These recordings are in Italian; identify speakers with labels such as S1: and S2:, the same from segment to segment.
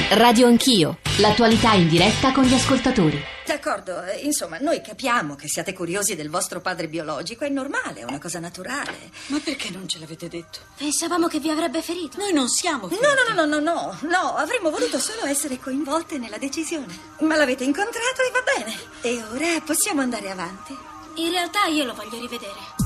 S1: Radio Anch'io, l'attualità in diretta con gli ascoltatori.
S2: D'accordo, insomma, noi capiamo che siate curiosi del vostro padre biologico, è normale, è una cosa naturale.
S3: Ma perché non ce l'avete detto?
S4: Pensavamo che vi avrebbe ferito.
S3: Noi non siamo feriti.
S2: No, avremmo voluto solo essere coinvolte nella decisione. Ma l'avete incontrato e va bene. E ora possiamo andare avanti.
S4: In realtà io lo voglio rivedere.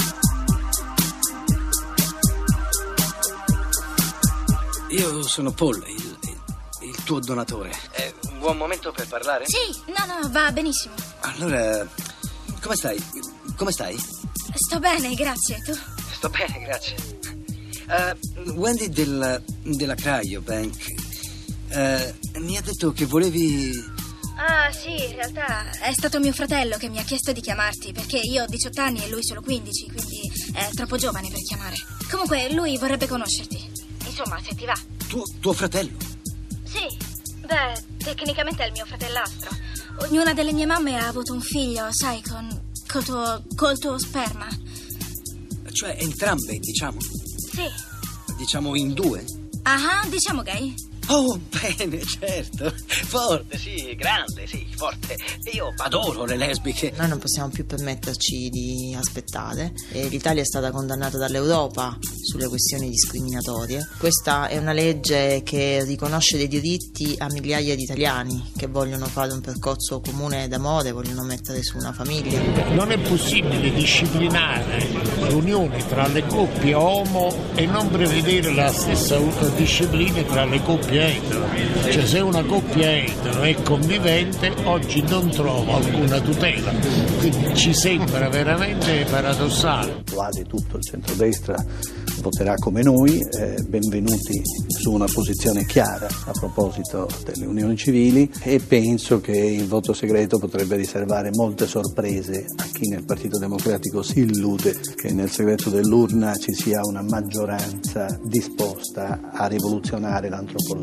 S5: Io sono Paul, il tuo donatore. È un buon momento per parlare?
S4: Sì, no, va benissimo.
S5: Allora, come stai? Come stai?
S4: Sto bene, grazie. Tu?
S5: Sto bene, grazie. Wendy della Cryobank mi ha detto che volevi...
S4: Ah, sì, in realtà è stato mio fratello che mi ha chiesto di chiamarti, perché io ho 18 anni e lui solo 15, quindi è troppo giovane per chiamare. Comunque, lui vorrebbe conoscerti. Insomma, se ti va.
S5: Tuo fratello?
S4: Sì, tecnicamente è il mio fratellastro. Ognuna delle mie mamme ha avuto un figlio, sai, col tuo sperma.
S5: Cioè entrambe, diciamo?
S4: Sì.
S5: Diciamo in due?
S4: Ah, diciamo gay.
S5: Oh, bene, certo. Forte, sì, grande, sì, forte. Io adoro le lesbiche.
S6: Noi non possiamo più permetterci di aspettare. L'Italia è stata condannata dall'Europa sulle questioni discriminatorie. Questa è una legge che riconosce dei diritti a migliaia di italiani che vogliono fare un percorso comune d'amore, vogliono mettere su una famiglia.
S7: Non è possibile disciplinare l'unione tra le coppie omo e non prevedere la stessa disciplina tra le coppie etero. Cioè, se una coppia etero è convivente, oggi non trova alcuna tutela, quindi ci sembra veramente paradossale.
S8: Quasi tutto il centrodestra voterà come noi, benvenuti su una posizione chiara a proposito delle unioni civili, e penso che il voto segreto potrebbe riservare molte sorprese a chi nel Partito Democratico si illude che nel segreto dell'urna ci sia una maggioranza disposta a rivoluzionare l'antropologia.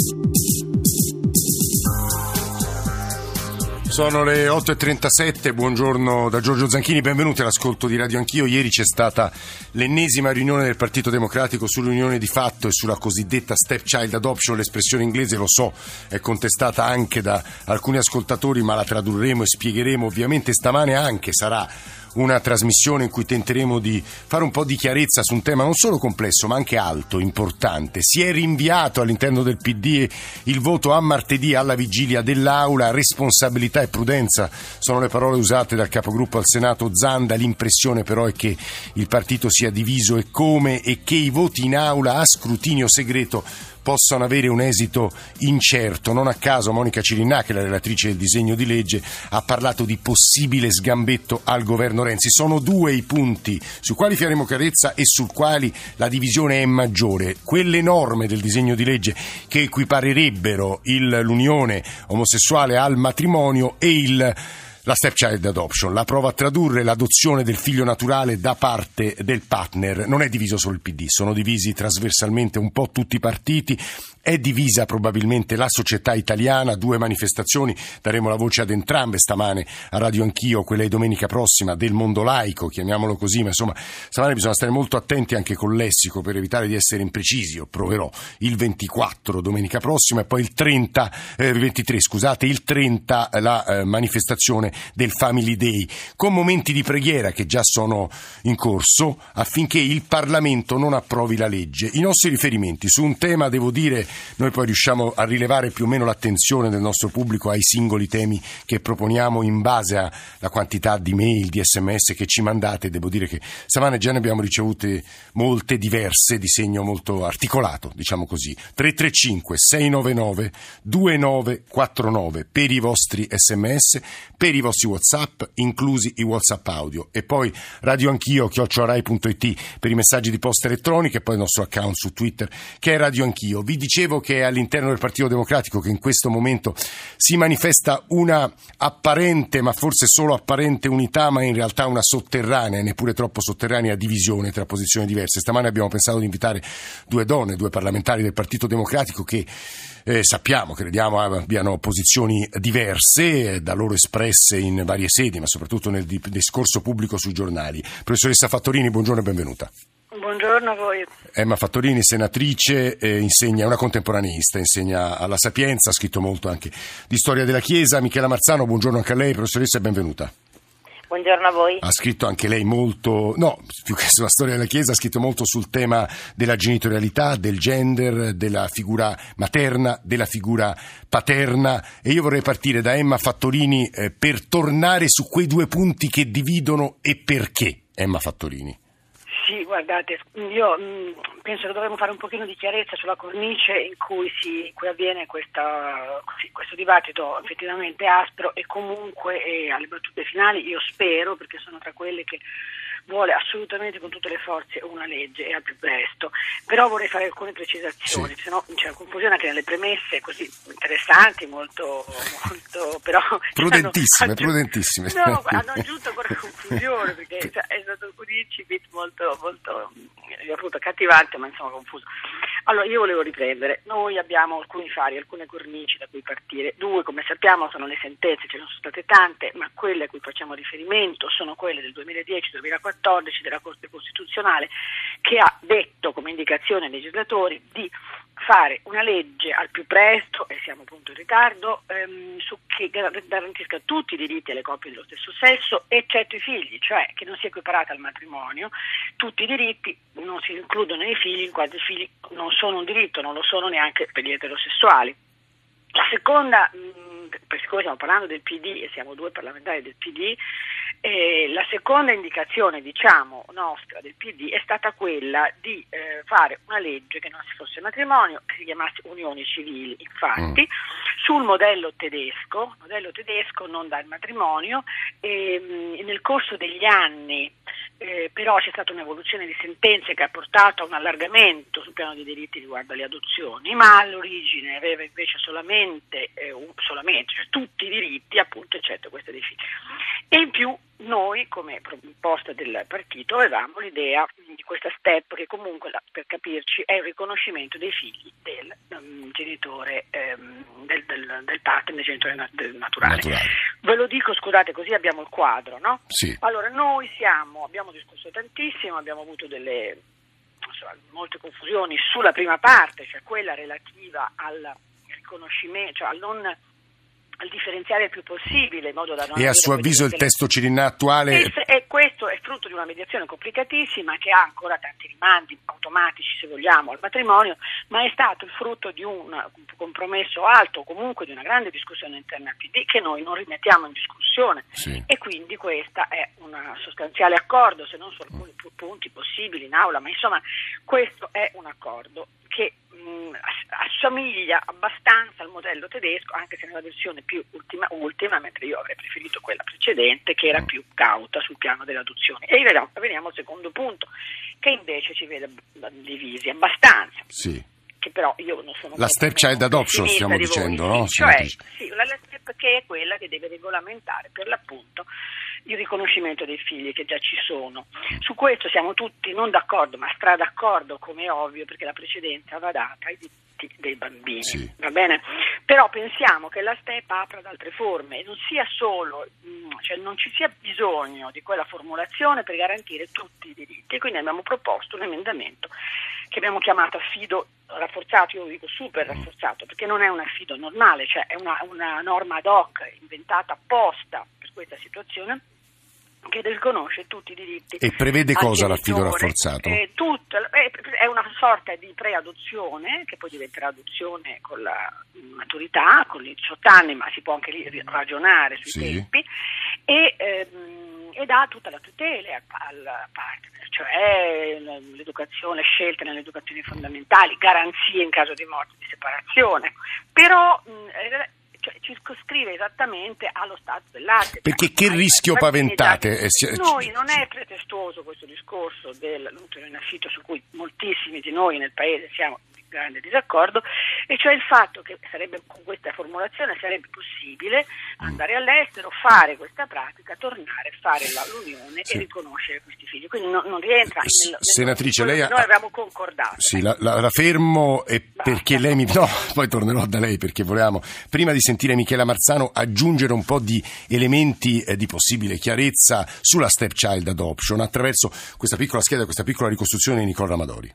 S9: Sono le 8.37, buongiorno da Giorgio Zanchini, benvenuti all'ascolto di Radio Anch'io. Ieri c'è stata l'ennesima riunione del Partito Democratico sull'unione di fatto e sulla cosiddetta stepchild adoption. L'espressione inglese, lo so, è contestata anche da alcuni ascoltatori, ma la tradurremo e spiegheremo. Ovviamente stamane anche sarà una trasmissione in cui tenteremo di fare un po' di chiarezza su un tema non solo complesso ma anche alto, importante. Si è rinviato all'interno del PD il voto a martedì alla vigilia dell'Aula. Responsabilità e prudenza sono le parole usate dal capogruppo al Senato Zanda. L'impressione però è che il partito sia diviso e come, e che i voti in Aula a scrutinio segreto possano avere un esito incerto. Non a caso Monica Cirinnà, che è la relatrice del disegno di legge, ha parlato di possibile sgambetto al governo Renzi. Sono due i punti sui quali faremo chiarezza e sul quali la divisione è maggiore. Quelle norme del disegno di legge che equiparerebbero l'unione omosessuale al matrimonio e la stepchild adoption, la prova a tradurre l'adozione del figlio naturale da parte del partner. Non è diviso solo il PD, sono divisi trasversalmente un po' tutti i partiti, è divisa probabilmente la società italiana. Due manifestazioni, daremo la voce ad entrambe stamane a Radio Anch'io, quella di domenica prossima del mondo laico, chiamiamolo così, ma insomma stamane bisogna stare molto attenti anche col lessico per evitare di essere imprecisi. Io proverò il 24 domenica prossima e poi il 30 la manifestazione del Family Day, con momenti di preghiera che già sono in corso affinché il Parlamento non approvi la legge. I nostri riferimenti su un tema, devo dire, noi poi riusciamo a rilevare più o meno l'attenzione del nostro pubblico ai singoli temi che proponiamo in base alla quantità di mail, di sms che ci mandate. Devo dire che stamane già ne abbiamo ricevute molte diverse, di segno molto articolato, diciamo così. 335 699 2949 per i vostri sms, per i vostri WhatsApp, inclusi i WhatsApp audio, e poi Radio Anch'io @rai.it per i messaggi di posta elettronica, e poi il nostro account su Twitter che è Radio Anch'io. Vi dicevo che all'interno del Partito Democratico, che in questo momento si manifesta una apparente, ma forse solo apparente unità, ma in realtà una sotterranea, neppure troppo sotterranea, divisione tra posizioni diverse. Stamane abbiamo pensato di invitare due donne, due parlamentari del Partito Democratico che sappiamo, crediamo abbiano posizioni diverse, da loro espresse in varie sedi, ma soprattutto nel discorso pubblico sui giornali. Professoressa Fattorini, buongiorno e benvenuta.
S10: Buongiorno a voi.
S9: Emma Fattorini, senatrice, insegna, una contemporaneista, insegna alla Sapienza, ha scritto molto anche di storia della Chiesa. Michela Marzano, buongiorno anche a lei, professoressa, e benvenuta.
S10: Buongiorno a voi.
S9: Ha scritto anche lei molto, no, più che sulla storia della Chiesa, ha scritto molto sul tema della genitorialità, del gender, della figura materna, della figura paterna, e io vorrei partire da Emma Fattorini per tornare su quei due punti che dividono e perché. Emma Fattorini.
S10: Sì, guardate, io penso che dovremmo fare un pochino di chiarezza sulla cornice in cui avviene questo dibattito effettivamente aspro e comunque alle battute finali io spero, perché sono tra quelle che vuole assolutamente con tutte le forze una legge e al più presto, però vorrei fare alcune precisazioni,
S9: sì.
S10: Se no c'è una confusione anche nelle premesse così interessanti, molto però
S9: prudentissime.
S10: No, hanno aggiunto ancora confusione perché è stato un incipit molto appunto accattivante, ma insomma confuso. Allora io volevo riprendere, noi abbiamo alcuni fari, alcune cornici da cui partire. Due, come sappiamo, sono le sentenze, ce ne sono state tante, ma quelle a cui facciamo riferimento sono quelle del 2010-2014 della Corte Costituzionale, che ha detto come indicazione ai legislatori di fare una legge al più presto, e siamo appunto in ritardo, che garantisca tutti i diritti alle coppie dello stesso sesso, eccetto i figli, cioè che non sia equiparata al matrimonio. Tutti i diritti non si includono nei figli, in quanto i figli non sono un diritto, non lo sono neanche per gli eterosessuali. La seconda, siccome stiamo parlando del PD e siamo due parlamentari del PD, la seconda indicazione, nostra del PD è stata quella di fare una legge che non si fosse matrimonio, che si chiamasse unioni civili, infatti, sul modello tedesco non dal matrimonio, e nel corso degli anni però c'è stata un'evoluzione di sentenze che ha portato a un allargamento sul piano dei diritti riguardo alle adozioni, ma all'origine aveva invece solamente cioè tutti i diritti, appunto, eccetto questa dei figli. E in più noi, come proposta del partito, avevamo l'idea di questa step che comunque, per capirci, è il riconoscimento dei figli del genitore, del partner, del genitore naturale. Ve lo dico, scusate, così abbiamo il quadro, no?
S9: Sì.
S10: Allora, noi abbiamo discusso tantissimo, abbiamo avuto molte confusioni sulla prima parte, cioè quella relativa al riconoscimento, cioè al differenziare il più possibile in modo da non...
S9: E a suo avviso il testo Cirinnà attuale...
S10: E questo è frutto di una mediazione complicatissima che ha ancora tanti rimandi automatici, se vogliamo, al matrimonio, ma è stato il frutto di un compromesso alto, o comunque di una grande discussione interna al PD che noi non rimettiamo in discussione.
S9: Sì.
S10: E quindi questa è un sostanziale accordo, se non su alcuni punti possibili in aula, ma insomma questo è un accordo che assomiglia abbastanza al modello tedesco, anche se nella versione più ultima, mentre io avrei preferito quella precedente, che era più cauta sul piano delle adozioni. E veniamo al secondo punto, che invece ci vede divisi abbastanza.
S9: Sì.
S10: Che però io non sono...
S9: La stepchild adoption stiamo dicendo, no?
S10: Cioè, sì, la step che è quella che deve regolamentare per l'appunto il riconoscimento dei figli che già ci sono. Su questo siamo tutti non d'accordo, ma d'accordo, come è ovvio, perché la precedenza va data ai diritti dei bambini, sì. Va bene? Però pensiamo che la step apra ad altre forme e non sia solo, cioè non ci sia bisogno di quella formulazione per garantire tutti i diritti, e quindi abbiamo proposto un emendamento che abbiamo chiamato affido rafforzato, io lo dico super rafforzato, perché non è un affido normale, cioè è una norma ad hoc inventata apposta per questa situazione, che riconosce tutti i diritti.
S9: E prevede cosa l'affido rafforzato?
S10: È una sorta di preadozione, che poi diventerà adozione con la maturità, con i 18 anni, ma si può anche lì ragionare sui tempi, e dà tutta la tutela al partner, cioè l'educazione, scelte nelle educazioni fondamentali, garanzie in caso di morte, di separazione, però circoscrive esattamente allo stato dell'arte.
S9: Perché che rischio paventate?
S10: Noi non è pretestuoso questo discorso dell'utero in affitto, su cui moltissimi di noi nel paese siamo in grande disaccordo, e cioè il fatto che con questa formulazione sarebbe possibile andare all'estero, fare questa pratica, tornare, fare l'unione e riconoscere questi figli. Quindi non rientra
S9: Senatrice, lei
S10: noi avevamo concordato.
S9: Sì, la fermo perché lei no, poi tornerò da lei perché volevamo, prima di sentire Michela Marzano, aggiungere un po' di elementi di possibile chiarezza sulla stepchild adoption attraverso questa piccola scheda, questa piccola ricostruzione di Nicola Ramadori.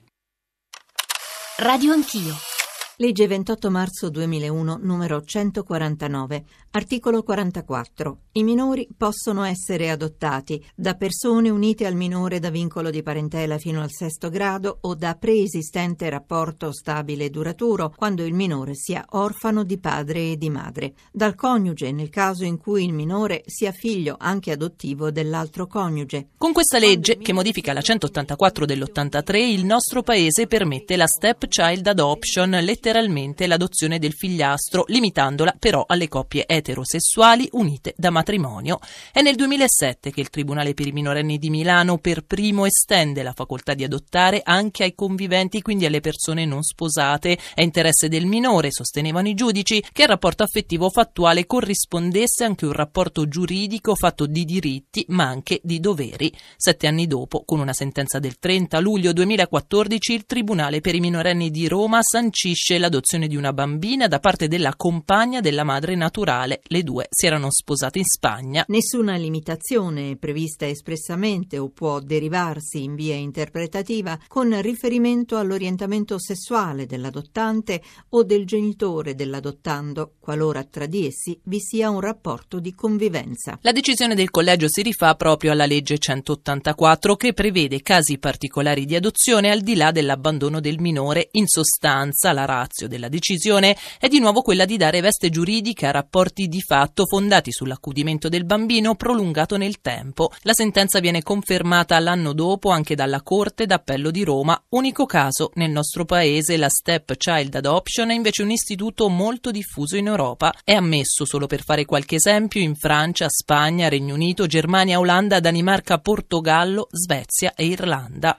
S1: Radio Anch'io.
S11: Legge 28 marzo 2001, numero 149, articolo 44. I minori possono essere adottati da persone unite al minore da vincolo di parentela fino al 6° grado o da preesistente rapporto stabile e duraturo quando il minore sia orfano di padre e di madre, dal coniuge nel caso in cui il minore sia figlio anche adottivo dell'altro coniuge.
S12: Con questa legge, che modifica la 184 dell'83, il nostro paese permette la stepchild adoption, letteralmente l'adozione del figliastro, limitandola però alle coppie eterosessuali unite da matrimonio. È nel 2007 che il Tribunale per i minorenni di Milano per primo estende la facoltà di adottare anche ai conviventi, quindi alle persone non sposate. È interesse del minore, sostenevano i giudici, che al rapporto affettivo fattuale corrispondesse anche un rapporto giuridico fatto di diritti ma anche di doveri. 7 anni dopo, con una sentenza del 30 luglio 2014, il Tribunale per i minorenni di Roma sancisce l'adozione di una bambina da parte della compagna della madre naturale. Le due si erano sposate in Spagna.
S11: Nessuna limitazione è prevista espressamente o può derivarsi in via interpretativa con riferimento all'orientamento sessuale dell'adottante o del genitore dell'adottando, qualora tra di essi vi sia un rapporto di convivenza.
S12: La decisione del collegio si rifà proprio alla legge 184 che prevede casi particolari di adozione al di là dell'abbandono del minore. In sostanza, la ratio della decisione è di nuovo quella di dare veste giuridica a rapporti di fatto fondati sull'accudimento del bambino prolungato nel tempo. La sentenza viene confermata l'anno dopo anche dalla Corte d'Appello di Roma. Unico caso nel nostro paese, la stepchild adoption è invece un istituto molto diffuso in Europa. È ammesso, solo per fare qualche esempio, in Francia, Spagna, Regno Unito, Germania, Olanda, Danimarca, Portogallo, Svezia e Irlanda.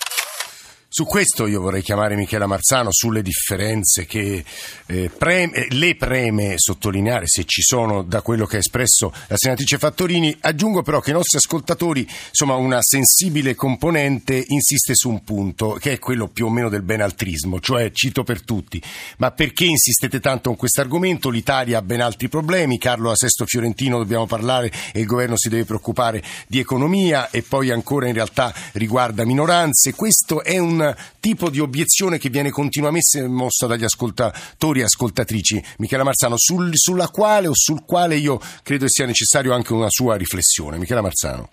S9: Su questo io vorrei chiamare Michela Marzano, sulle differenze che le preme sottolineare, se ci sono, da quello che ha espresso la senatrice Fattorini. Aggiungo però che i nostri ascoltatori, insomma, una sensibile componente insiste su un punto, che è quello più o meno del benaltrismo, cioè, cito per tutti, ma perché insistete tanto con questo argomento? L'Italia ha ben altri problemi, Carlo Sesto Fiorentino, dobbiamo parlare e il governo si deve preoccupare di economia, e poi ancora in realtà riguarda minoranze. Questo è un tipo di obiezione che viene continuamente mossa dagli ascoltatori e ascoltatrici, Michela Marzano, sulla quale o sul quale io credo sia necessario anche una sua riflessione. Michela Marzano.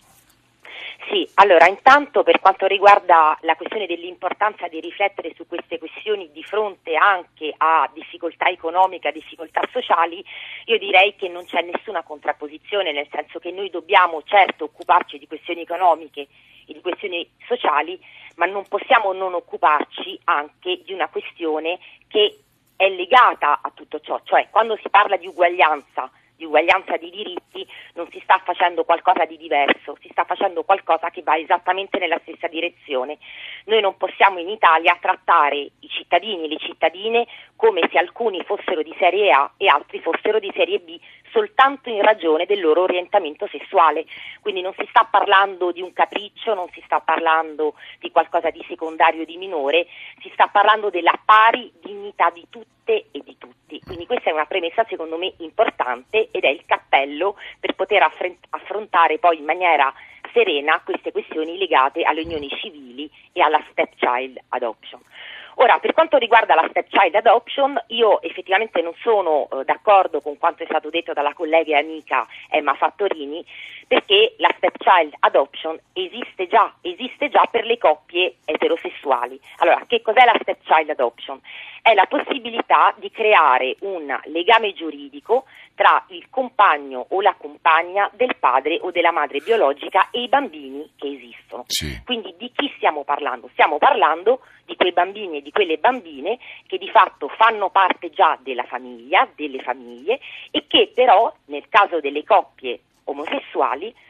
S13: Sì, allora intanto per quanto riguarda la questione dell'importanza di riflettere su queste questioni di fronte anche a difficoltà economiche, a difficoltà sociali, io direi che non c'è nessuna contrapposizione, nel senso che noi dobbiamo certo occuparci di questioni economiche e di questioni sociali, ma non possiamo non occuparci anche di una questione che è legata a tutto ciò, cioè quando si parla di uguaglianza di diritti, non si sta facendo qualcosa di diverso, si sta facendo qualcosa che va esattamente nella stessa direzione. Noi non possiamo in Italia trattare i cittadini e le cittadine come se alcuni fossero di serie A e altri fossero di serie B soltanto in ragione del loro orientamento sessuale. Quindi non si sta parlando di un capriccio, non si sta parlando di qualcosa di secondario, di minore, si sta parlando della pari dignità di tutte e di tutti. Quindi questa è una premessa secondo me importante ed è il cappello per poter affrontare poi in maniera serena queste questioni legate alle unioni civili e alla stepchild adoption. Ora, per quanto riguarda la stepchild adoption, io effettivamente non sono d'accordo con quanto è stato detto dalla collega e amica Emma Fattorini, perché la stepchild adoption esiste già per le coppie eterosessuali. Allora, che cos'è la stepchild adoption? È la possibilità di creare un legame giuridico tra il compagno o la compagna del padre o della madre biologica e i bambini che esistono. Sì. Quindi di chi stiamo parlando? Stiamo parlando di quei bambini e di quelle bambine che di fatto fanno parte già della famiglia, delle famiglie, e che però nel caso delle coppie omosessuali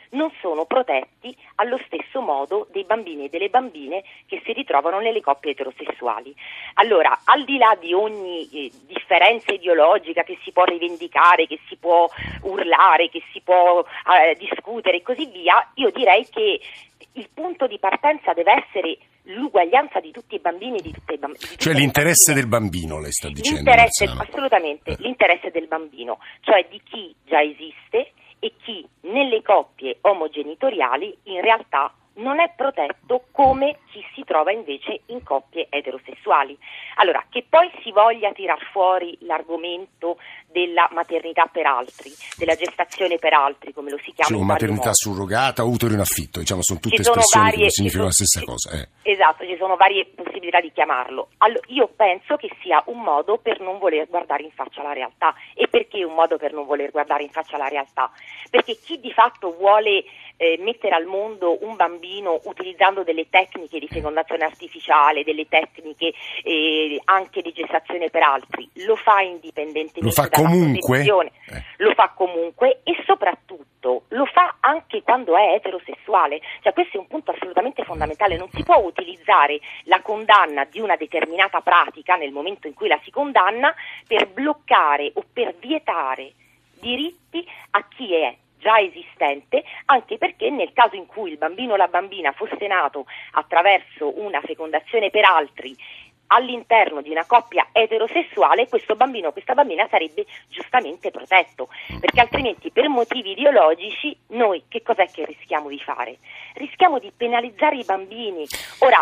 S13: non sono protetti allo stesso modo dei bambini e delle bambine che si ritrovano nelle coppie eterosessuali. Allora, al di là di ogni differenza ideologica che si può rivendicare, che si può urlare, che si può discutere e così via, io direi che il punto di partenza deve essere l'uguaglianza di tutti i bambini e di tutte le bambine.
S9: Cioè l'interesse del bambino, lei sta dicendo.
S13: Assolutamente, l'interesse del bambino, cioè di chi già esiste e chi nelle coppie omogenitoriali in realtà non è protetto come chi si trova invece in coppie eterosessuali. Allora, che poi si voglia tirar fuori l'argomento della maternità per altri, della gestazione per altri, come lo si chiama.
S9: Sì, maternità surrogata, utero in affitto, diciamo, sono tutte espressioni che significano la stessa cosa.
S13: Esatto, ci sono varie possibilità di chiamarlo. Allora, io penso che sia un modo per non voler guardare in faccia la realtà. E perché un modo per non voler guardare in faccia la realtà? Perché chi di fatto vuole mettere al mondo un bambino utilizzando delle tecniche di fecondazione artificiale, delle tecniche anche di gestazione per altri, lo fa indipendentemente
S9: lo fa comunque?
S13: Lo fa comunque e soprattutto lo fa anche quando è eterosessuale. Cioè, questo è un punto assolutamente fondamentale. Non si può utilizzare la condanna di una determinata pratica nel momento in cui la si condanna per bloccare o per vietare diritti a chi è già esistente, anche perché nel caso in cui il bambino o la bambina fosse nato attraverso una fecondazione per altri all'interno di una coppia eterosessuale, questo bambino o questa bambina sarebbe giustamente protetto, perché altrimenti per motivi ideologici noi che cos'è che rischiamo di fare? Rischiamo di penalizzare i bambini. Ora,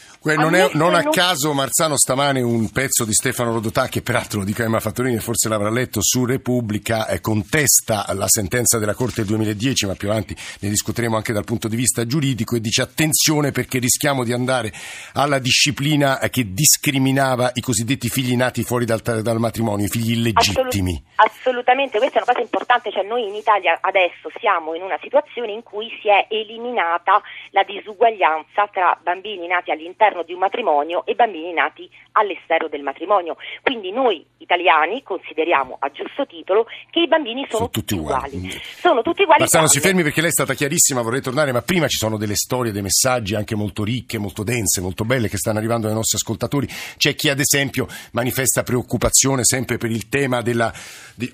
S9: non a caso Marzano stamane un pezzo di Stefano Rodotà, che peraltro lo dica Emma Fattorini, forse l'avrà letto, su Repubblica, contesta la sentenza della Corte del 2010, ma più avanti ne discuteremo anche dal punto di vista giuridico, e dice attenzione perché rischiamo di andare alla disciplina che discriminava i cosiddetti figli nati fuori dal matrimonio, i figli illegittimi.
S13: Assolutamente, questa è una cosa importante, cioè noi in Italia adesso siamo in una situazione in cui si è eliminata la disuguaglianza tra bambini nati all'interno di un matrimonio e bambini nati all'esterno del matrimonio. Quindi noi italiani consideriamo a giusto titolo che i bambini sono tutti uguali. Sono tutti uguali.
S9: Marzano, si fermi perché lei è stata chiarissima, vorrei tornare, ma prima ci sono delle storie, dei messaggi anche molto ricche, molto dense, molto belle che stanno arrivando ai nostri ascoltatori. C'è chi ad esempio manifesta preoccupazione sempre per il tema di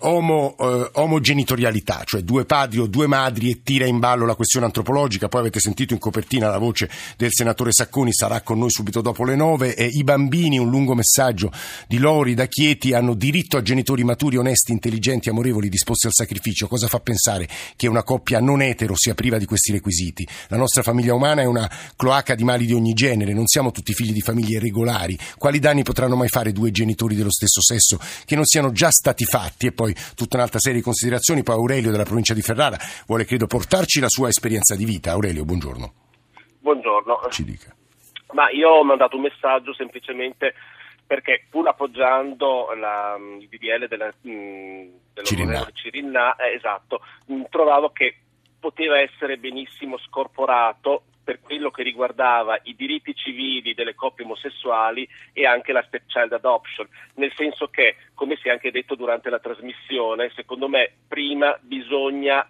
S9: omogenitorialità, cioè due padri o due madri, e tira in ballo la questione antropologica. Poi avete sentito in copertina la voce del senatore Sacconi, sarà con noi subito dopo le 9. E i bambini, un lungo messaggio di Lori da Chieti, hanno diritto a genitori maturi, onesti, intelligenti, amorevoli, disposti al sacrificio. Cosa fa pensare che una coppia non etero sia priva di questi requisiti? La nostra famiglia umana è una cloaca di mali di ogni genere, non siamo tutti figli di famiglie irregolari. Quali danni potranno mai fare due genitori dello stesso sesso che non siano già stati fatti? E poi tutta un'altra serie di considerazioni. Poi Aurelio della provincia di Ferrara vuole, credo, portarci la sua esperienza di vita. Aurelio, buongiorno.
S14: Buongiorno.
S9: Ci dica.
S14: Ma io ho mandato un messaggio semplicemente perché, pur appoggiando il DDL dell'onorevole Cirinnà, esatto, trovavo che poteva essere benissimo scorporato per quello che riguardava i diritti civili delle coppie omosessuali e anche la stepchild adoption, nel senso che, come si è anche detto durante la trasmissione, secondo me prima bisogna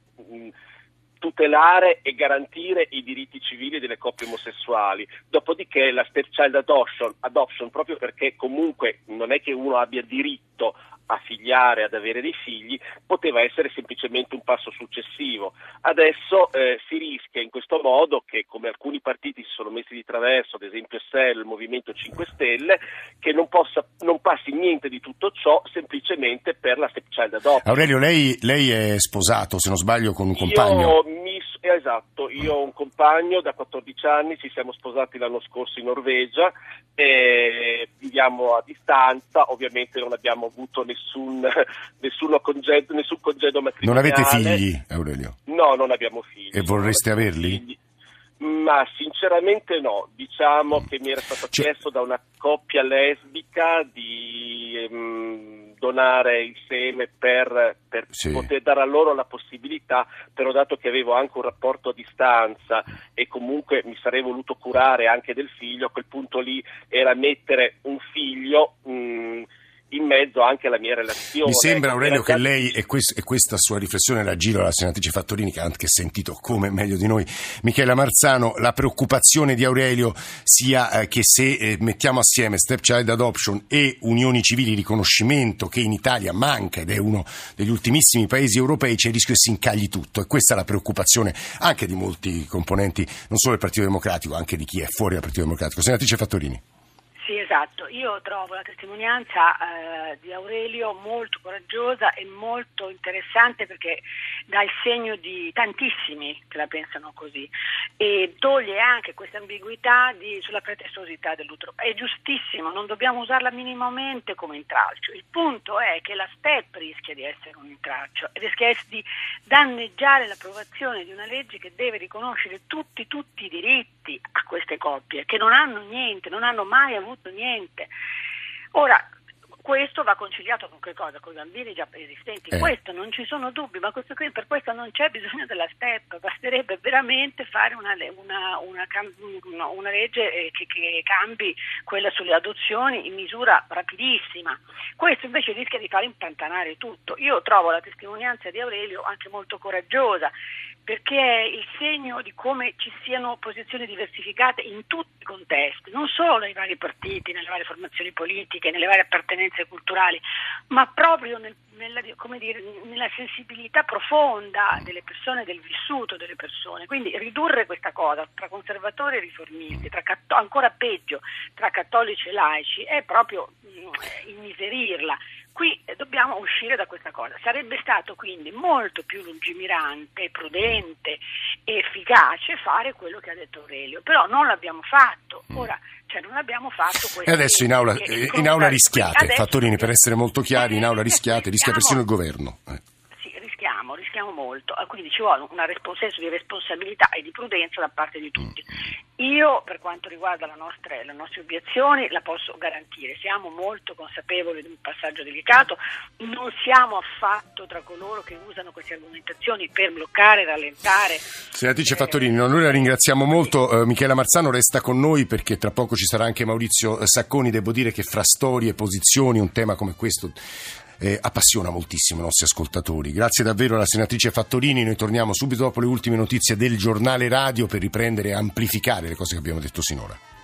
S14: tutelare e garantire i diritti civili delle coppie omosessuali, dopodiché la stepchild adoption, proprio perché comunque non è che uno abbia diritto a figliare, ad avere dei figli, poteva essere semplicemente un passo successivo. Adesso si rischia in questo modo che, come alcuni partiti si sono messi di traverso, ad esempio SEL, il Movimento 5 Stelle, che non passi niente di tutto ciò semplicemente per la stepchild adoption.
S9: Aurelio, lei è sposato, se non sbaglio, con un compagno?
S14: Esatto, io ho un compagno da 14 anni, ci siamo sposati l'anno scorso in Norvegia, viviamo a distanza, ovviamente non abbiamo avuto nessun congedo matrimoniale.
S9: Non avete figli, Aurelio?
S14: No, non abbiamo figli.
S9: E vorreste averli?
S14: Ma sinceramente no, diciamo che mi era stato chiesto da una coppia lesbica di donare il seme per poter dare a loro la possibilità, però dato che avevo anche un rapporto a distanza e comunque mi sarei voluto curare anche del figlio, a quel punto lì era mettere un figlio in mezzo anche la mia relazione.
S9: Mi sembra, Aurelio, che lei e questa sua riflessione la giro alla senatrice Fattorini, che ha anche sentito come meglio di noi Michela Marzano, la preoccupazione di Aurelio sia che se mettiamo assieme stepchild adoption e unioni civili, riconoscimento che in Italia manca ed è uno degli ultimissimi paesi europei, c'è il rischio che si incagli tutto, e questa è la preoccupazione anche di molti componenti, non solo del Partito Democratico, anche di chi è fuori dal Partito Democratico. Senatrice Fattorini.
S10: Sì, esatto. Io trovo la testimonianza di Aurelio molto coraggiosa e molto interessante, perché dà il segno di tantissimi che la pensano così e toglie anche questa ambiguità sulla pretestuosità dell'utero. È giustissimo, non dobbiamo usarla minimamente come intralcio. Il punto è che la STEP rischia di essere un intralcio e rischia di danneggiare l'approvazione di una legge che deve riconoscere tutti i diritti a queste coppie che non hanno niente, non hanno mai avuto niente. Ora, questo va conciliato con che cosa? Con i bambini già esistenti. Questo non ci sono dubbi, ma per questo non c'è bisogno della STEP, basterebbe veramente fare una legge che cambi quella sulle adozioni in misura rapidissima. Questo invece rischia di far impantanare tutto. Io trovo la testimonianza di Aurelio anche molto coraggiosa, perché è il segno di come ci siano posizioni diversificate in tutti i contesti, non solo nei vari partiti, nelle varie formazioni politiche, nelle varie appartenenze culturali, ma proprio nella sensibilità profonda delle persone, del vissuto delle persone. Quindi ridurre questa cosa tra conservatori e riformisti, ancora peggio, tra cattolici e laici, è proprio immiserirla. Qui dobbiamo uscire da questa cosa. Sarebbe stato quindi molto più lungimirante, prudente e efficace fare quello che ha detto Aurelio, però non l'abbiamo fatto. Ora, non abbiamo fatto questo.
S9: E adesso in aula rischiate, Fattorini, per essere molto chiari, in aula rischiate, rischia persino il governo.
S10: Rischiamo molto, quindi ci vuole un senso di responsabilità e di prudenza da parte di tutti. Io, per quanto riguarda le nostre obiezioni, la posso garantire. Siamo molto consapevoli di un passaggio delicato, non siamo affatto tra coloro che usano queste argomentazioni per bloccare, rallentare.
S9: Senatrice Fattorini, noi la ringraziamo molto. Michela Marzano resta con noi, perché tra poco ci sarà anche Maurizio Sacconi. Devo dire che fra storie e posizioni un tema come questo appassiona moltissimo i nostri ascoltatori. Grazie davvero alla senatrice Fattorini. Noi torniamo subito dopo le ultime notizie del giornale radio per riprendere e amplificare le cose che abbiamo detto sinora.